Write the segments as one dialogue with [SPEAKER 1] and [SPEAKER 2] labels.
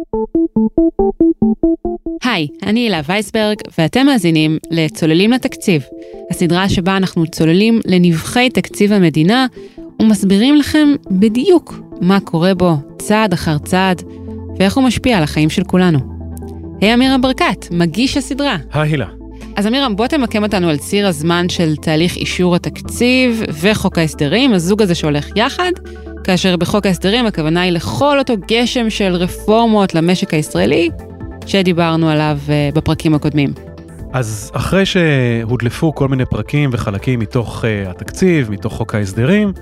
[SPEAKER 1] היי, אני הילה וייסברג, ואתם מאזינים לצוללים לתקציב, הסדרה שבה אנחנו צוללים לנבחי תקציב המדינה, ומסבירים לכם בדיוק מה קורה בו צעד אחר צעד, ואיך הוא משפיע על החיים של כולנו. היי אמירם ברקת, מגיש הסדרה.
[SPEAKER 2] היי הילה.
[SPEAKER 1] אז אמירם, בוא תמקם אותנו על ציר הזמן של תהליך אישור התקציב וחוק ההסדרים, הזוג הזה שהולך יחד, כאשר בחוק ההסדרים הכוונה היא לכל אותו גשם של רפורמות למשק הישראלי, שדיברנו עליו בפרקים הקודמים.
[SPEAKER 2] אז אחרי שהודלפו כל מיני פרקים וחלקים מתוך התקציב, מתוך חוק ההסדרים,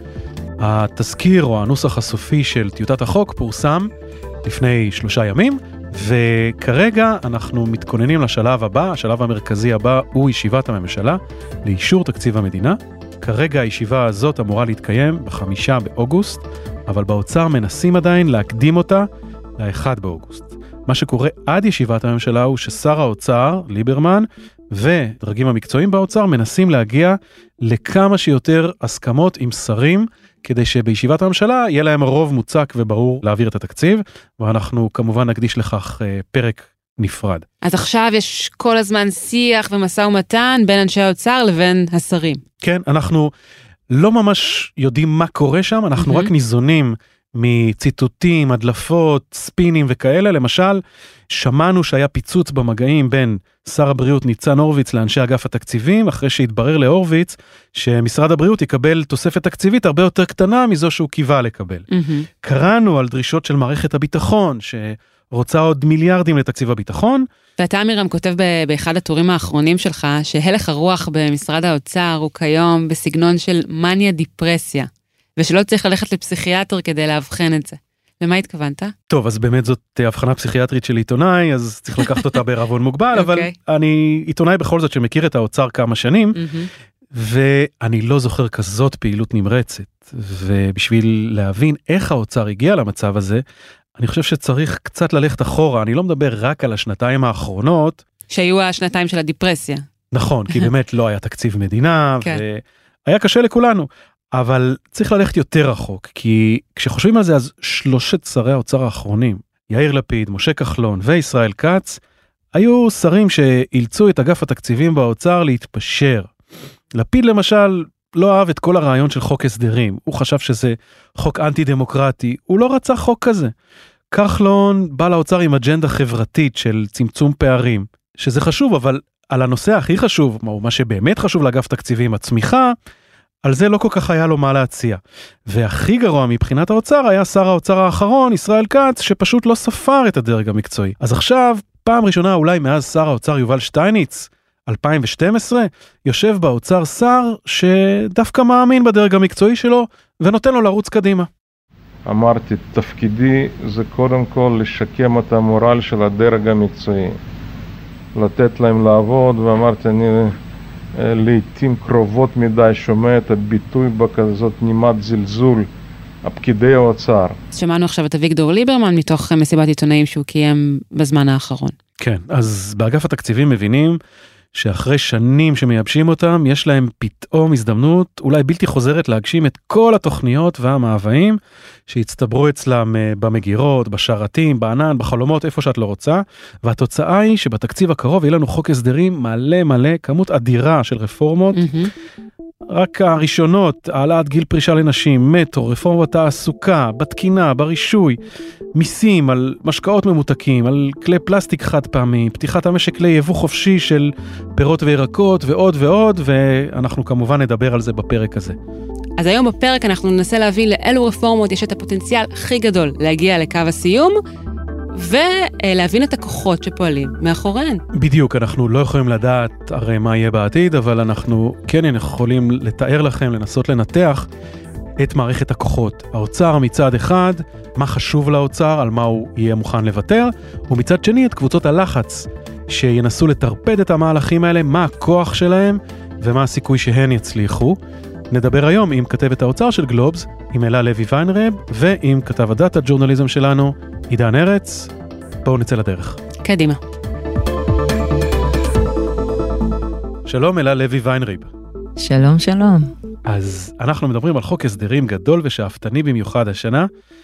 [SPEAKER 2] התזכיר או הנוסח הסופי של טיוטת החוק פורסם לפני 3 ימים, וכרגע אנחנו מתכוננים לשלב הבא. השלב המרכזי הבא הוא ישיבת הממשלה לאישור תקציב המדינה. כרגע הישיבה הזאת אמורה להתקיים ב5 באוגוסט, אבל באוצר מנסים עדיין להקדים אותה ל1 באוגוסט. מה שקורה עד ישיבת הממשלה הוא ששר האוצר, ליברמן, ודרגים המקצועיים באוצר מנסים להגיע לכמה שיותר הסכמות עם שרים, כדי שבישיבת הממשלה יהיה להם רוב מוצק וברור להעביר את התקציב, ואנחנו כמובן נקדיש לכך פרק נפרד.
[SPEAKER 1] אז עכשיו יש כל הזמן שיח ומשא ומתן בין אנשי האוצר לבין השרים.
[SPEAKER 2] כן, אנחנו לא ממש יודעים מה קורה שם, אנחנו רק ניזונים מציטוטים, הדלפות, ספינים וכאלה. למשל, שמענו שהיה פיצוץ במגעים בין שר הבריאות ניצן הורוביץ לאנשי אגף התקציבים, אחרי שהתברר להורוביץ שמשרד הבריאות יקבל תוספת תקציבית הרבה יותר קטנה מזו שהוא קיווה לקבל. קראנו על דרישות של מערכת הביטחון, שרוצה עוד מיליארדים לתקציב הביטחון.
[SPEAKER 1] ואתה אמירם כותב באחד הטורים האחרונים שלך, שהלך הרוח במשרד האוצר הוא כיום בסגנון של מניה דיפרסיה. ושלא צריך ללכת לפסיכיאטר כדי להבחן את זה. למה התכוונת?
[SPEAKER 2] טוב, אז באמת זאת הבחנה פסיכיאטרית של עיתונאי, אז צריך לקחת אותה בערבון מוגבל, אבל אני עיתונאי בכל זאת שמכיר את האוצר כמה שנים, ואני לא זוכר כזאת פעילות נמרצת, ובשביל להבין איך האוצר הגיע למצב הזה, אני חושב שצריך קצת ללכת אחורה. אני לא מדבר רק על השנתיים האחרונות,
[SPEAKER 1] שהיו השנתיים של הדיפרסיה.
[SPEAKER 2] נכון, כי באמת לא היה תקציב מדינה, והיה קשה לכולנו. אבל צריך ללכת יותר רחוק, כי כשחושבים על זה, אז 3 שרי האוצר האחרונים, יאיר לפיד, משה כחלון וישראל כץ, היו שרים שאילצו את אגף התקציבים באוצר להתפשר. לפיד למשל לא אהב את כל הרעיון של חוק הסדרים, הוא חשב שזה חוק אנטי דמוקרטי, הוא לא רצה חוק כזה. כחלון בא לאוצר עם אג'נדה חברתית של צמצום פערים, שזה חשוב, אבל על הנושא הכי חשוב, מה שבאמת חשוב לאגף תקציבים, הצמיחה, על זה לא כל כך היה לו מה להציע. והכי גרוע מבחינת האוצר היה שר האוצר האחרון, ישראל כץ, שפשוט לא ספר את הדרג המקצועי. אז עכשיו, פעם ראשונה אולי מאז שר האוצר יובל שטייניץ, 2012, יושב באוצר שר שדווקא מאמין בדרג המקצועי שלו, ונותן לו לרוץ קדימה.
[SPEAKER 3] אמרתי, תפקידי זה קודם כל לשקם את המורל של הדרג המקצועי. לתת להם לעבוד, ואמרתי, אני לעתים קרובות מדי שומע את הביטוי בכזאת נימת זלזול, הפקידי האוצר.
[SPEAKER 1] שמענו עכשיו את אביגדור ליברמן מתוך מסיבת עיתונאים שהוא קיים בזמן האחרון.
[SPEAKER 2] כן, אז באגף התקציבים מבינים שאחרי שנים שמייבשים אותם, יש להם פתאום הזדמנות, אולי בלתי חוזרת, להגשים את כל התוכניות והמאוויים שהצטברו אצלם במגירות, בשרתים, בענן, בחלומות, איפה שאת לא רוצה, והתוצאה היא שבתקציב הקרוב יהיה לנו חוק הסדרים מלא, כמות אדירה של רפורמות, רק הראשונות, העלאת גיל פרישה לנשים, מטרו, רפורמה בתעסוקה, בתקינה, ברישוי, מיסים על משקאות ממותקים, על כלי פלסטיק חד פעמי, פתיחת המשק ליבוא חופשי של פירות וירקות ועוד ועוד, ואנחנו כמובן נדבר על זה בפרק הזה.
[SPEAKER 1] אז היום בפרק אנחנו ננסה להבין לאילו רפורמות יש את הפוטנציאל הכי גדול להגיע לקו הסיום, ולהבין את הכוחות שפועלים מאחוריהן.
[SPEAKER 2] בדיוק, אנחנו לא יכולים לדעת הרי מה יהיה בעתיד, אבל אנחנו כן יכולים לתאר לכם, לנסות לנתח את מערכת הכוחות. האוצר מצד אחד, מה חשוב לאוצר, על מה הוא יהיה מוכן לוותר, ומצד שני את קבוצות הלחץ, שינסו לטרפד את המהלכים האלה, מה הכוח שלהם, ומה הסיכוי שהן יצליחו. נדבר היום עם כתבת האוצר של גלובס, עם אלה לוי ויינרב, ועם כתב הדאטה ג'ורנליזם שלנו, עידן ארץ. בואו נצא לדרך.
[SPEAKER 1] קדימה.
[SPEAKER 2] שלום, אלה לוי ויינרב.
[SPEAKER 4] שלום, שלום.
[SPEAKER 2] אז אנחנו מדברים על חוק הסדרים גדול ושאפתני במיוחד השנה,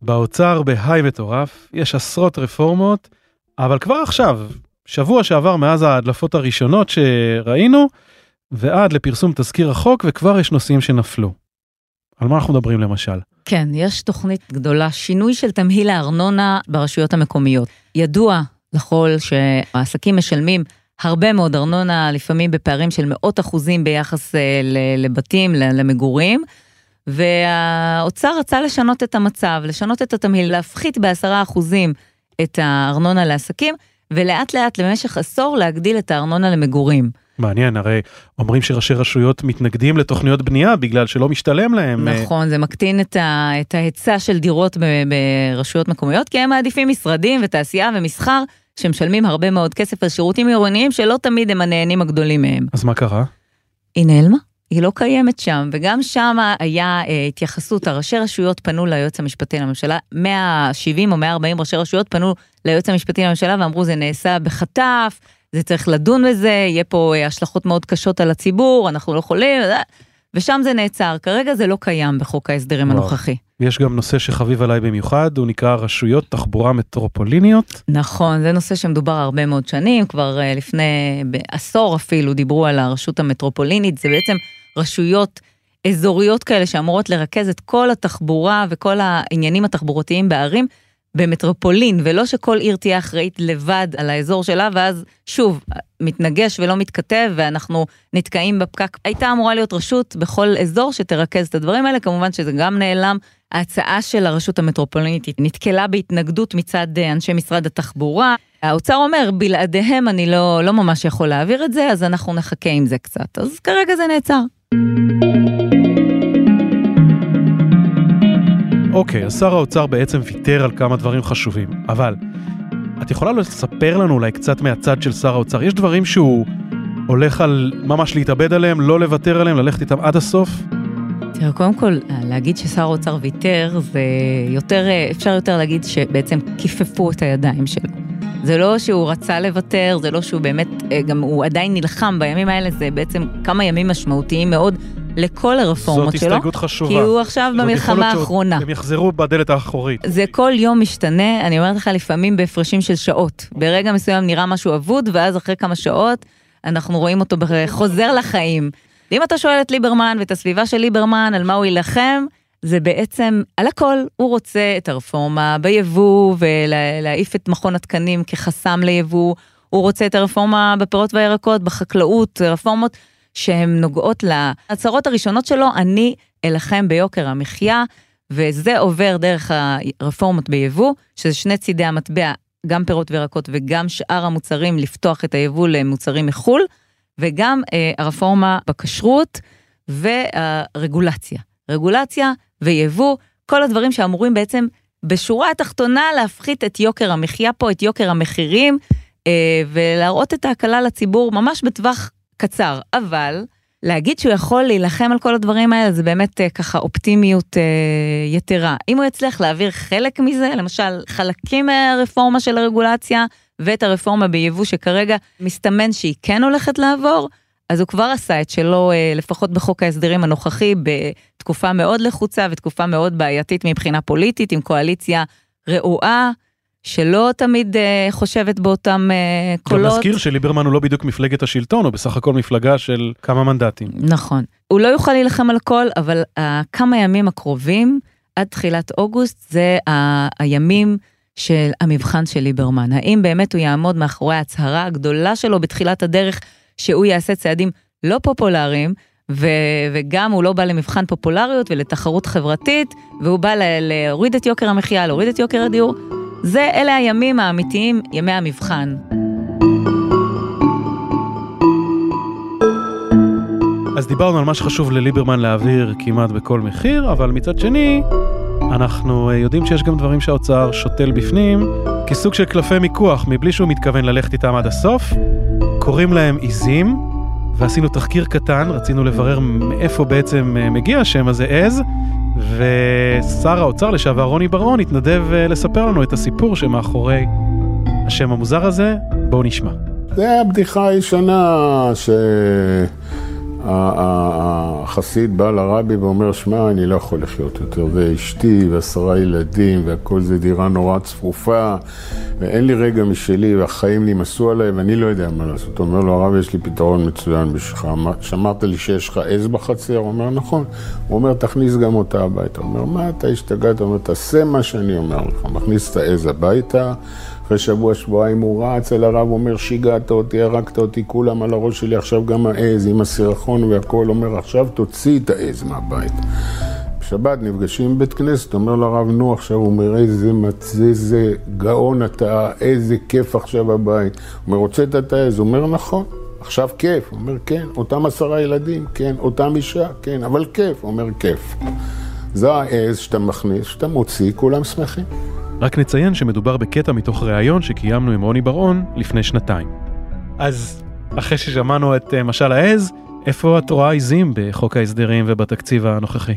[SPEAKER 2] באוצר בהיי מטורף, יש עשרות רפורמות, אבל כבר עכשיו, שבוע שעבר מאז ההדלפות הראשונות שראינו, ועד לפרסום תזכיר החוק, וכבר יש נושאים שנפלו. על מה אנחנו מדברים למשל?
[SPEAKER 4] כן, יש תוכנית גדולה, שינוי של תמהיל הארנונה ברשויות המקומיות. ידוע לכל שהעסקים משלמים הרבה מאוד ארנונה, לפעמים בפערים של מאות אחוזים ביחס לבתים, למגורים, והאוצר רצה לשנות את המצב, לשנות את התמהיל, להפחית ב10% את הארנונה לעסקים, ולאט לאט למשך עשור להגדיל את הארנונה למגורים.
[SPEAKER 2] מעניין, הרי אומרים שראשי רשויות מתנגדים לתוכניות בנייה, בגלל שלא משתלם להם.
[SPEAKER 4] נכון, זה מקטין את ההיצע של דירות ברשויות מקומיות, כי הם מעדיפים משרדים ותעשייה ומסחר, שמשלמים הרבה מאוד כסף על שירותים עירוניים, שלא תמיד הם הנהנים הגדולים מהם.
[SPEAKER 2] אז מה קרה?
[SPEAKER 4] היא נעלמה. היא לא קיימת שם, וגם שם היה התייחסות, הראשי רשויות פנו ליועץ המשפטי לממשלה, 170 או 140 ראשי רשויות פנו ליועץ המשפטי לממשלה, ואמרו זה נעשה בחטף, זה צריך לדון בזה, יהיה פה השלכות מאוד קשות על הציבור, אנחנו לא יכולים, ושם זה נעצר. כרגע זה לא קיים בחוק ההסדרים הנוכחי.
[SPEAKER 2] יש גם נושא שחביב עליי במיוחד, הוא נקרא רשויות תחבורה מטרופוליניות.
[SPEAKER 4] נכון, זה נושא שמדובר הרבה מאוד שנים, כבר לפני בעשור אפילו דיברו על הרשות המטרופולינית, זה בעצם רשויות אזוריות כאלה שאמורות לרכז את כל התחבורה וכל העניינים התחבורתיים בערים במטרופולין, ולא שכל עיר תהיה אחראית לבד על האזור שלה, ואז שוב מתנגש ולא מתכתב, ואנחנו נתקעים בפקק. הייתה אמורה להיות רשות בכל אזור שתרכז את הדברים האלה, כמובן שזה גם נעלם. ההצעה של הרשות המטרופולינית נתקלה בהתנגדות מצד אנשי משרד התחבורה. האוצר אומר, בלעדיהם אני לא ממש יכול להעביר את זה, אז אנחנו נחכה עם זה קצת. אז כרגע זה נעצר.
[SPEAKER 2] אוקיי, אז שר האוצר בעצם ויתר על כמה דברים חשובים, אבל את יכולה לספר לנו אולי קצת מהצד של שר האוצר, יש דברים שהוא הולך על ממש להתאבד עליהם, לא לוותר עליהם, ללכת איתם עד הסוף?
[SPEAKER 4] תראה, קודם כל, להגיד ששר האוצר ויתר, זה יותר, אפשר יותר להגיד שבעצם כיפפו את הידיים שלו. זה לא שהוא רצה לוותר, זה לא שהוא באמת, גם הוא עדיין נלחם בימים האלה, זה בעצם כמה ימים משמעותיים מאוד לכל הרפורמות שלו. זאת
[SPEAKER 2] הסתייגות חשובה.
[SPEAKER 4] כי הוא עכשיו במלחמה האחרונה.
[SPEAKER 2] הם יחזרו בדלת האחורית.
[SPEAKER 4] זה כל יום משתנה, אני אומרת לך לפעמים בהפרשים של שעות. ברגע מסוים נראה משהו אבוד, ואז אחרי כמה שעות אנחנו רואים אותו חוזר לחיים. אם אתה שואל את ליברמן ואת הסביבה של ליברמן על מה הוא ילחם, זה בעצם על הכל. הוא רוצה את הרפורמה ביבוא ולהעיף את מכון התקנים כחסם ליבוא. הוא רוצה את הרפורמה בפירות והירקות, בחקלאות, רפורמות שהן נוגעות להצהרות הראשונות שלו, אני אלחם ביוקר המחיה, וזה עובר דרך הרפורמות ביבוא, שזה שני צידי המטבע, גם פירות וירקות וגם שאר המוצרים, לפתוח את היבוא למוצרים מחול, וגם הרפורמה בכשרות והרגולציה. רגולציה ויבוא, כל הדברים שאמורים בעצם בשורה התחתונה להפחית את יוקר המחיה פה, את יוקר המחירים, ולהראות את ההקלה לציבור ממש בטווח קצר. אבל להגיד שהוא יכול להילחם על כל הדברים האלה, זה באמת ככה אופטימיות יתרה. אם הוא יצליח להעביר חלק מזה, למשל חלקים מהרפורמה של הרגולציה, ואת הרפורמה ביבוא שכרגע מסתמן שהיא כן הולכת לעבור, אז הוא כבר עשה את שלו, לפחות בחוק ההסדרים הנוכחי, בתקופה מאוד לחוצה ותקופה מאוד בעייתית מבחינה פוליטית, עם קואליציה רעועה, שלא תמיד חושבת באותם קולות. גם נזכיר
[SPEAKER 2] שליברמן הוא לא בדיוק מפלגת השלטון, הוא בסך הכל מפלגה של כמה מנדטים.
[SPEAKER 4] נכון. הוא לא יוכל להילחם על הכל, אבל כמה ימים הקרובים, עד תחילת אוגוסט, זה הימים של המבחן של ליברמן. האם באמת הוא יעמוד מאחורי ההצהרה הגדולה שלו בתחילת הדרך, שהוא יעשה צעדים לא פופולריים, וגם הוא לא בא למבחן פופולריות ולתחרות חברתית, והוא בא להוריד את יוקר המחיה, להוריד את יוקר הדיור. אלה הימים האמיתיים, ימי המבחן.
[SPEAKER 2] אז דיברנו על מה שחשוב לליברמן להעביר כמעט בכל מחיר, אבל מצד שני, אנחנו יודעים שיש גם דברים שהאוצר שותל בפנים, כסוג של קלפי מיקוח, מבלי שהוא מתכוון ללכת איתם עד הסוף. קוראים להם עיזים, ועשינו תחקיר קטן, רצינו לברר מאיפה בעצם מגיע השם הזה עז, ושר האוצר לשעבר רוני בר-און התנדב לספר לנו את הסיפור שמאחורי השם המוזר הזה. בואו נשמע.
[SPEAKER 5] זה הבדיחה הישנה החסיד בא לרבי ואומר, שמע, אני לא יכול לחיות יותר, זה אשתי ו10 ילדים והכל זה דירה נורא צפופה, ואין לי רגע משלי והחיים נמסו עליי ואני לא יודע מה לעשות. הוא אומר לו, הרב, יש לי פתרון מצוין בשבילך, שמרת לי שיש לך עז בחצר? הוא אומר, נכון. הוא אומר, תכניס גם אותה הביתה. הוא אומר, מה אתה השתגעת? הוא אומר, תעשה מה שאני אומר לך, מכניס את העז הביתה. אחרי שבוע-שבועיים הוא רץ אל הרב, אומר, שיגעת אותי, הרקת אותי, כולם על הראש שלי, עכשיו גם העז עם הסירחון והכל. אומר, עכשיו תוציא את העז מהבית. בשבת נפגשים בבית כנסת, אומר לרב, נו, עכשיו הוא אומר, איזה גאון אתה, איזה כיף עכשיו הבית. הוא אומר, הוצאת את העז? הוא אומר, נכון, עכשיו כיף. הוא אומר, כן, אותם 10 ילדים, כן, אותם אישה, כן, אבל כיף. הוא אומר, כיף. זה העז שאתה מכניס, שאתה מוציא, כולם שמחים.
[SPEAKER 2] רק נציין שמדובר בקטע מתוך ראיון שקיימנו עם רוני בר-און לפני 2 אז אחרי ששמענו את משל העז, איפה את רואה עזים בחוק ההסדרים ובתקציב הנוכחי?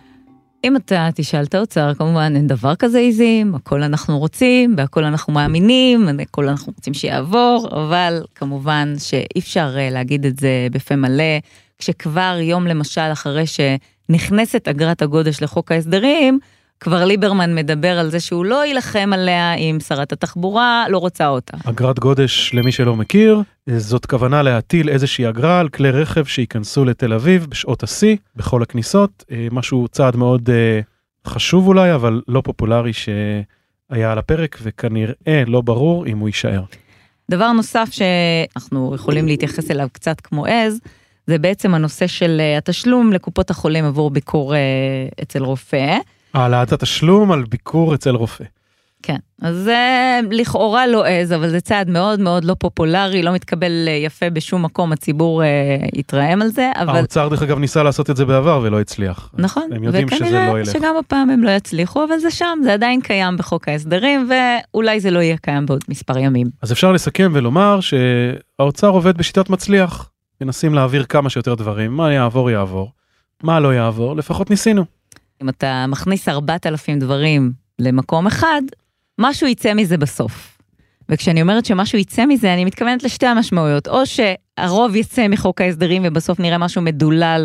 [SPEAKER 4] אם אתה תשאל את האוצר, כמובן אין דבר כזה עזים, הכל אנחנו רוצים, בהכל אנחנו מאמינים, הכל אנחנו רוצים שיעבור, אבל כמובן שאי אפשר להגיד את זה בפה מלא, כשכבר יום למשל אחרי שנכנסת אגרת הגודש לחוק ההסדרים, כבר ליברמן מדבר על זה שהוא לא ילחם עליה אם שרת התחבורה לא רוצה אותה.
[SPEAKER 2] אגרת גודש, למי שלא מכיר, זאת כוונה להטיל איזושהי אגרה על כלי רכב שיכנסו לתל אביב בשעות השיא, בכל הכניסות, משהו צעד מאוד חשוב אולי, אבל לא פופולרי שהיה על הפרק, וכנראה לא ברור אם הוא יישאר.
[SPEAKER 4] דבר נוסף שאנחנו יכולים להתייחס אליו קצת כמו עז, זה בעצם הנושא של התשלום לקופות החולים עבור ביקור אצל רופא,
[SPEAKER 2] העלאת התשלום על ביקור אצל רופא.
[SPEAKER 4] כן, אז זה לכאורה לא עז, אבל זה צעד מאוד מאוד לא פופולרי, לא מתקבל יפה בשום מקום, הציבור יתרעם על זה, אבל... האוצר
[SPEAKER 2] דרך אגב ניסה לעשות את זה בעבר ולא הצליח.
[SPEAKER 4] נכון,
[SPEAKER 2] הם יודעים שזה לא ילך.
[SPEAKER 4] וכנראה שגם הפעם הם לא יצליחו, אבל זה שם, זה עדיין קיים בחוק ההסדרים, ואולי זה לא יהיה קיים בעוד מספר ימים.
[SPEAKER 2] אז אפשר לסכם ולומר שהאוצר עובד בשיטת מצליח, מנסים להעביר כמה שיותר דברים, מה יעבור יעבור, מה לא יעבור, לפחות ניסינו.
[SPEAKER 4] אם אתה מכניס 4,000 דברים למקום אחד, משהו יצא מזה בסוף. וכשאני אומרת שמשהו יצא מזה, אני מתכוונת לשתי המשמעויות. או שהרוב יצא מחוק ההסדרים, ובסוף נראה משהו מדולל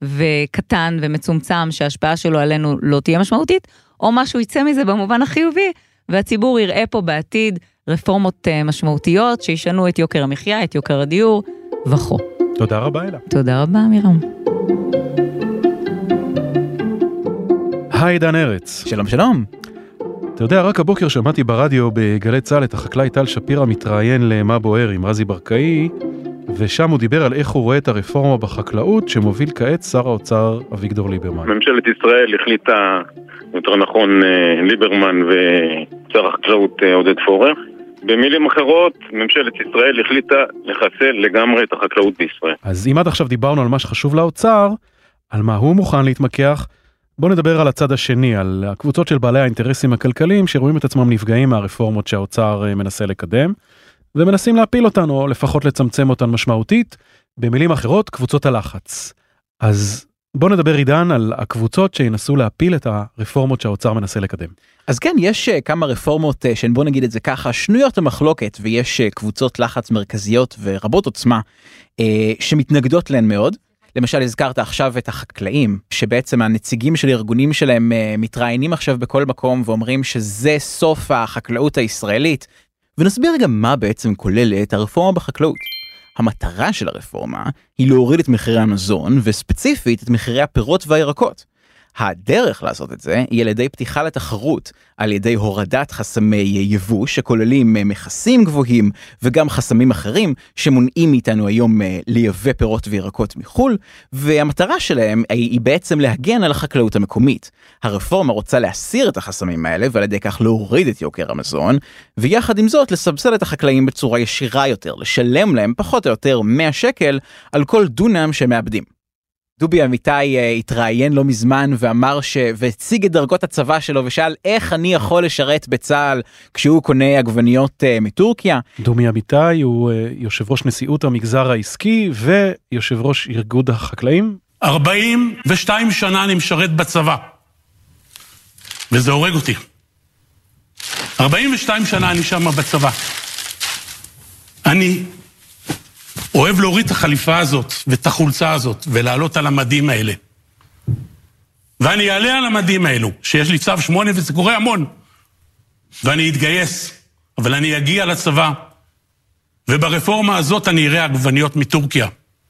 [SPEAKER 4] וקטן ומצומצם, שההשפעה שלו עלינו לא תהיה משמעותית, או משהו יצא מזה במובן החיובי, והציבור יראה פה בעתיד רפורמות משמעותיות, שישנו את יוקר המחיה, את יוקר הדיור, וכו'.
[SPEAKER 2] תודה רבה, אלה.
[SPEAKER 4] תודה רבה, מירם.
[SPEAKER 2] היי דן ארץ.
[SPEAKER 6] שלום שלום.
[SPEAKER 2] אתה יודע, רק הבוקר שמעתי ברדיו בגלי צה"ל את החקלאי טל שפירא מתראיין למה בוער עם רזי ברקאי, ושם הוא דיבר על איך הוא רואה את הרפורמה בחקלאות שמוביל כעת שר האוצר אביגדור ליברמן.
[SPEAKER 7] ממשלת ישראל החליטה, יותר נכון ליברמן ושר החקלאות עודד פורר. במילים אחרות, ממשלת ישראל החליטה לחסל לגמרי את החקלאות בישראל.
[SPEAKER 2] אז אם עד עכשיו דיברנו על מה שחשוב לאוצר, על מה הוא מוכן להתמקח, בואו נדבר על הצד השני, על הקבוצות של בעלי האינטרסים הכלכליים שרואים את עצמם נפגעים מהרפורמות שהאוצר מנסה לקדם, ומנסים להפיל אותן או לפחות לצמצם אותן משמעותית, במילים אחרות, קבוצות הלחץ. אז בואו נדבר עידן על הקבוצות שינסו להפיל את הרפורמות שהאוצר מנסה לקדם.
[SPEAKER 6] אז כן, יש כמה רפורמות שהן, בוא נגיד את זה ככה, שנויות המחלוקת, ויש קבוצות לחץ מרכזיות ורבות עוצמה שמתנגדות להן מאוד. למשל, הזכרת עכשיו את החקלאים, שבעצם הנציגים של הארגונים שלהם מתראיינים עכשיו בכל מקום ואומרים שזה סוף החקלאות הישראלית. ונסביר גם מה בעצם כוללת הרפורמה בחקלאות. המטרה של הרפורמה היא להוריד את מחירי המזון, וספציפית את מחירי הפירות והירקות. הדרך לעשות את זה היא על ידי פתיחה לתחרות, על ידי הורדת חסמי יבוא שכוללים מכסים גבוהים וגם חסמים אחרים שמונעים מאיתנו היום לייבא פירות וירקות מחול, והמטרה שלהם היא בעצם להגן על החקלאות המקומית. הרפורמה רוצה להסיר את החסמים האלה ועל ידי כך להוריד את יוקר המזון, ויחד עם זאת לסבסד את החקלאים בצורה ישירה יותר, לשלם להם פחות או יותר 100 שקל על כל דונם שהם מאבדים. דובי אמיתי התראיין לא מזמן ואמר והציג את דרגות הצבא שלו ושאל איך אני יכול לשרת בצה"ל כשהוא קונה עגבניות מטורקיה.
[SPEAKER 2] דובי אמיתי הוא יושב ראש נשיאות המגזר העסקי ויושב ראש ארגון החקלאים.
[SPEAKER 8] 42 שנה אני משרת בצבא וזה הורג אותי. 42 שנה אני שם בצבא. אני אוהב להוריד את החליפה הזאת ואת החולצה הזאת ולעלות על המדים האלה. ואני אעלה על המדים האלו, שיש לי צו 8 וזה קורה המון. ואני אתגייס, אבל אני אגיע לצבא. וברפורמה הזאת אני אראה עגבניות מטורקיה.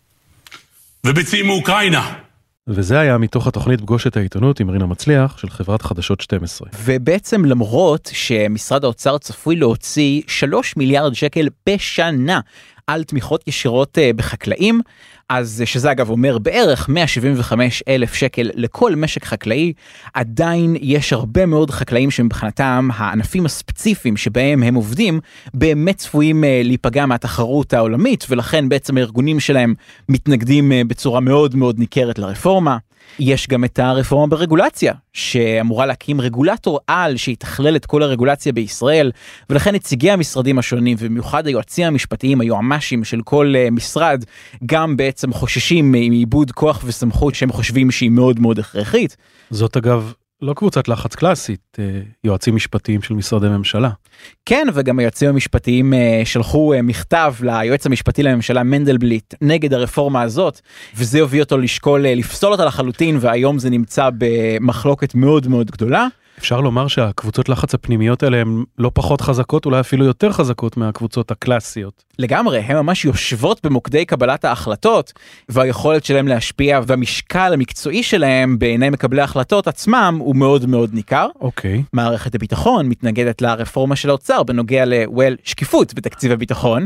[SPEAKER 8] וביצים מאוקראינה.
[SPEAKER 2] וזה היה מתוך התוכנית פגוש את העיתונות עם רינה מצליח של חברת חדשות 12.
[SPEAKER 6] ובעצם למרות שמשרד האוצר צפוי להוציא 3 מיליארד שקל בשנה על תמיכות ישירות בחקלאים, אז שזה אגב אומר בערך 175,000 שקל לכל משק חקלאי, עדיין יש הרבה מאוד חקלאים שמבחינתם הענפים הספציפיים שבהם הם עובדים באמת צפויים להיפגע מהתחרות העולמית, ולכן בעצם הארגונים שלהם מתנגדים בצורה מאוד מאוד ניכרת לרפורמה. יש גם את הרפורמה ברגולציה, שאמורה להקים רגולטור על שיתכלל את כל הרגולציה בישראל, ולכן נציגי המשרדים השונים, ובמיוחד היועצים המשפטיים, היועמ"שים של כל משרד, גם בעצם חוששים מאיבוד כוח וסמכות שהם חושבים שהיא מאוד מאוד הכרחית.
[SPEAKER 2] זאת אגב לא קבוצת לחץ קלאסית, יועצים משפטיים של משרדי ממשלה.
[SPEAKER 6] כן, וגם היועצים המשפטיים שלחו מכתב ליועץ המשפטי לממשלה מנדלבליט נגד הרפורמה הזאת, וזה הוביל אותו לשקול לפסול אותה לחלוטין, והיום זה נמצא במחלוקת מאוד מאוד גדולה.
[SPEAKER 2] אפשר לומר שהקבוצות לחץ הפנימיות האלה הן לא פחות חזקות, אולי אפילו יותר חזקות מהקבוצות הקלאסיות.
[SPEAKER 6] לגמרי, הן ממש יושבות במוקדי קבלת ההחלטות, והיכולת שלהם להשפיע והמשקל המקצועי שלהם בעיני מקבלי ההחלטות עצמם הוא מאוד מאוד ניכר.
[SPEAKER 2] אוקיי.
[SPEAKER 6] מערכת הביטחון מתנגדת לרפורמה של האוצר בנוגע שקיפות בתקציב הביטחון.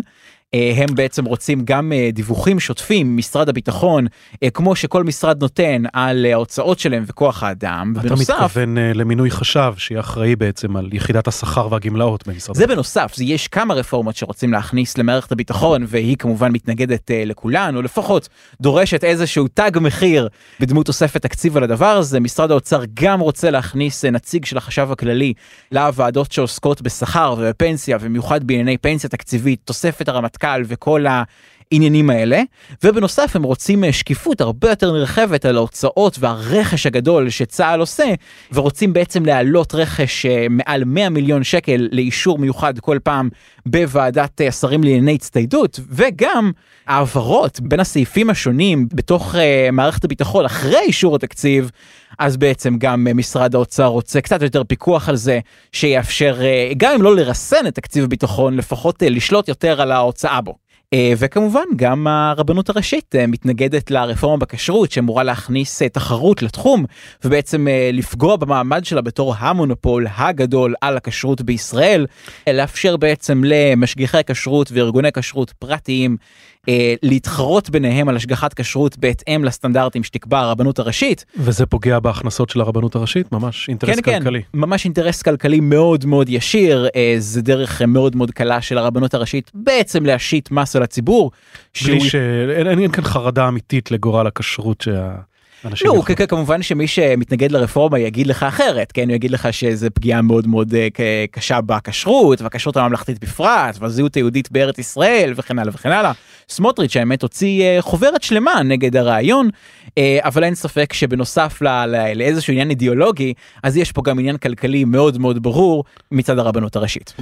[SPEAKER 6] הם בעצם רוצים גם דיווחים שוטפים משרד הביטחון, כמו שכל משרד נותן על ההוצאות שלהם וכוח האדם.
[SPEAKER 2] אתה מתכוון למינוי חשב שיהיה אחראי בעצם על יחידת השכר והגמלאות במשרד.
[SPEAKER 6] זה בנוסף, יש כמה רפורמות שרוצים להכניס למערכת הביטחון, והיא כמובן מתנגדת לכולן, או לפחות דורשת איזשהו תג מחיר בדמות תוספת תקציב על הדבר הזה. משרד האוצר גם רוצה להכניס נציג של החשב הכללי לוועדות שעוסקות בשכר ובפנסיה, ובמיוחד בענייני פנסיה תקציבית, תוספת הרמטכ"ל וכל העניינים האלה, ובנוסף הם רוצים שקיפות הרבה יותר נרחבת על ההוצאות והרכש הגדול שצה"ל עושה, ורוצים בעצם להעלות רכש מעל 100 מיליון שקל לאישור מיוחד כל פעם בוועדת השרים לענייני הצטיידות, וגם העברות בין הסעיפים השונים בתוך מערכת הביטחון אחרי אישור התקציב, אז בעצם גם משרד האוצר רוצה קצת יותר פיקוח על זה, שיאפשר גם אם לא לרסן את תקציב הביטחון, לפחות לשלוט יותר על ההוצאה בו. וכמובן גם הרבנות הראשית מתנגדת לרפורמה בכשרות, שאמורה להכניס תחרות לתחום, ובעצם לפגוע במעמד שלה בתור המונופול הגדול על הכשרות בישראל, לאפשר בעצם למשגיחי כשרות וארגוני כשרות פרטיים, להתחרות ביניהם על השגחת כשרות בהתאם לסטנדרטים שתקבע הרבנות הראשית.
[SPEAKER 2] וזה פוגע בהכנסות של הרבנות הראשית? ממש אינטרס כלכלי.
[SPEAKER 6] כן, ממש אינטרס כלכלי מאוד מאוד ישיר. זה דרך מאוד מאוד קלה של הרבנות הראשית בעצם להשית מס על הציבור.
[SPEAKER 2] אין כאן חרדה אמיתית לגורל הכשרות
[SPEAKER 6] לא, כמובן שמי שמתנגד לרפורמה יגיד לך אחרת, כן? הוא יגיד לך שזה פגיעה מאוד מאוד קשה בכשרות, והכשרות הממלכתית בפרט, והזהות היהודית בארץ ישראל, וכן הלאה וכן הלאה. סמוטריץ' האמת הוציא חוברת שלמה נגד הרעיון, אבל אין ספק שבנוסף לאיזשהו עניין אידיאולוגי, אז יש פה גם עניין כלכלי מאוד מאוד ברור מצד הרבנות הראשית.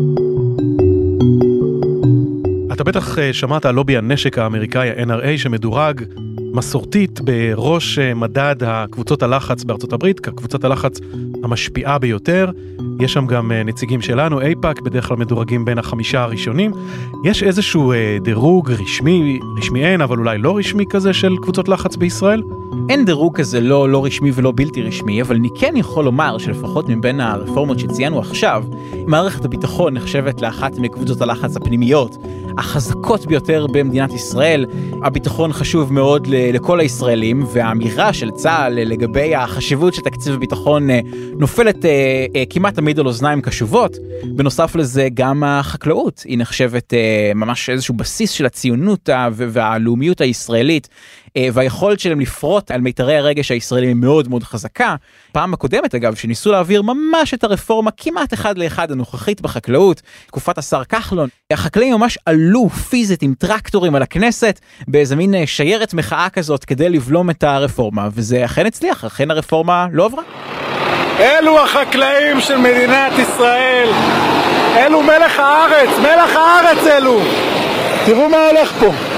[SPEAKER 2] אתה בטח שמעת על לובי הנשק האמריקאי, ה-NRA, שמדורג מסורתית בראש מדד הקבוצות הלחץ בארצות הברית, כקבוצת הלחץ המשפיעה ביותר. יש שם גם נציגים שלנו, אייפאק, בדרך כלל מדורגים בין 5 הראשונים. יש איזשהו דירוג רשמי אין, אבל אולי לא רשמי כזה של קבוצות לחץ בישראל?
[SPEAKER 6] אין דירוג כזה לא רשמי ולא בלתי רשמי, אבל אני כן יכול לומר שלפחות מבין הרפורמות שציינו עכשיו, מערכת הביטחון נחשבת לאחת מקבוצות הלחץ הפנימיות, החזקות ביותר במדינת ישראל. הביטחון חשוב מאוד לכל הישראלים, והאמירה של צה"ל לגבי החשיבות של תקציב הביטחון נופלת כמעט תמיד על אוזניים קשובות. בנוסף לזה גם החקלאות היא נחשבת ממש איזשהו בסיס של הציונות והלאומיות הישראלית, והיכולת שלהם לפרוט על מיתרי הרגש הישראלים היא מאוד מאוד חזקה. פעם הקודמת אגב שניסו להעביר ממש את הרפורמה כמעט אחד לאחד הנוכחית בחקלאות, תקופת השר כחלון, החקלאים ממש עלו פיזית עם טרקטורים על הכנסת באיזה מין שיירת מחאה כזאת כדי לבלום את הרפורמה, וזה אכן הצליח, אכן הרפורמה לא עברה.
[SPEAKER 9] אלו החקלאים של מדינת ישראל, אלו מלח הארץ אלו. תראו מה הולך פה.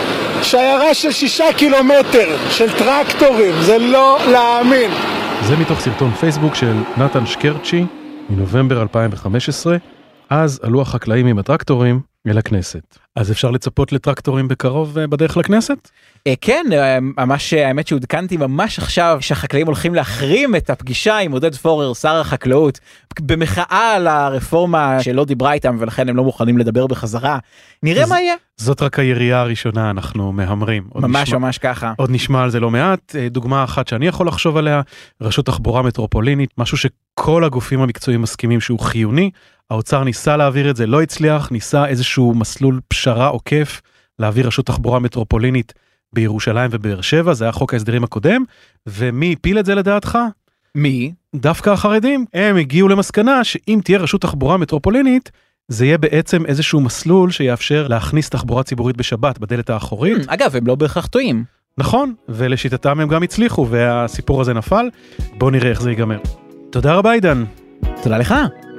[SPEAKER 9] שיירה של 6 קילומטר של טרקטורים, זה לא להאמין.
[SPEAKER 2] זה מתוך סרטון פייסבוק של נתן שקרצ'י מנובמבר 2015, אז עלו החקלאים עם הטרקטורים אל הכנסת. אז אפשר לצפות לטרקטורים בקרוב בדרך לכנסת?
[SPEAKER 6] כן, ממש האמת שהודכנתי ממש עכשיו שהחקלאים הולכים להחרים את הפגישה עם עודד פורר, שר החקלאות, במחאה על הרפורמה שלא דיברה איתם ולכן הם לא מוכנים לדבר בחזרה. נראה מה יהיה. זאת
[SPEAKER 2] רק הירייה הראשונה, אנחנו מהמרים.
[SPEAKER 6] ממש ככה.
[SPEAKER 2] עוד נשמע על זה לא מעט. דוגמה אחת שאני יכול לחשוב עליה, רשות תחבורה מטרופולינית, משהו שכל הגופים המקצועיים מסכימים שהוא חיוני. האוצר ניסה להעביר את זה, לא הצליח, ניסה איזשהו מסלול פשרה עוקף, להעביר רשות תחבורה מטרופולינית בירושלים ובאר שבע, זה היה חוק ההסדרים הקודם, ומי הפיל את זה לדעתך?
[SPEAKER 6] מי?
[SPEAKER 2] דווקא החרדים. הם הגיעו למסקנה שאם תהיה רשות תחבורה מטרופולינית, זה יהיה בעצם איזשהו מסלול שיאפשר להכניס תחבורה ציבורית בשבת בדלת האחורית.
[SPEAKER 6] אגב, הם לא בהכרח טועים.
[SPEAKER 2] נכון, ולשיטתם הם גם הצליחו, והסיפור הזה נפל. בוא נראה איך זה ייגמר. תודה רבה, עידן.
[SPEAKER 6] תודה לך.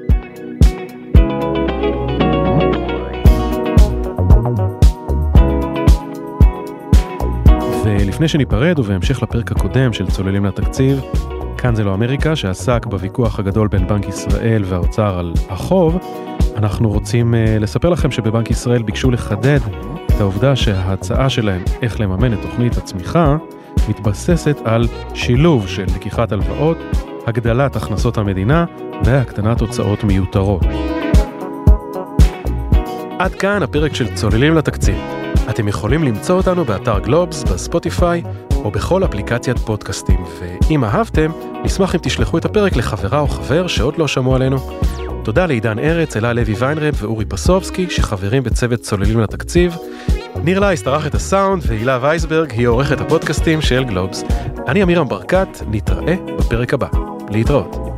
[SPEAKER 2] ולפני שניפרד ובהמשך לפרק הקודם של צוללים לתקציב, כאן זה לא אמריקה, שעסק בוויכוח הגדול בין בנק ישראל והאוצר על החוב, אנחנו רוצים לספר לכם שבבנק ישראל ביקשו לחדד את העובדה שההצעה שלהם איך לממן את תוכנית הצמיחה, מתבססת על שילוב של לקיחת הלוואות, הגדלת הכנסות המדינה והקטנת הוצאות מיותרות. עד כאן הפרק של צוללים לתקציב. אתם יכולים למצוא אותנו באתר גלובס, בספוטיפיי, או בכל אפליקציית פודקאסטים, ואם אהבתם, נשמח אם תשלחו את הפרק לחברה או חבר שעוד לא שמעו עלינו. תודה לעידן ארץ, אלה לוי ויינרב ואורי פסובסקי, שחברים בצוות צוללים לתקציב. ניר לייס ערך את הסאונד, והילה וייסברג היא עורכת הפודקאסטים של גלובס. אני אמירם ברקת, נתראה בפרק הבא. להתראות.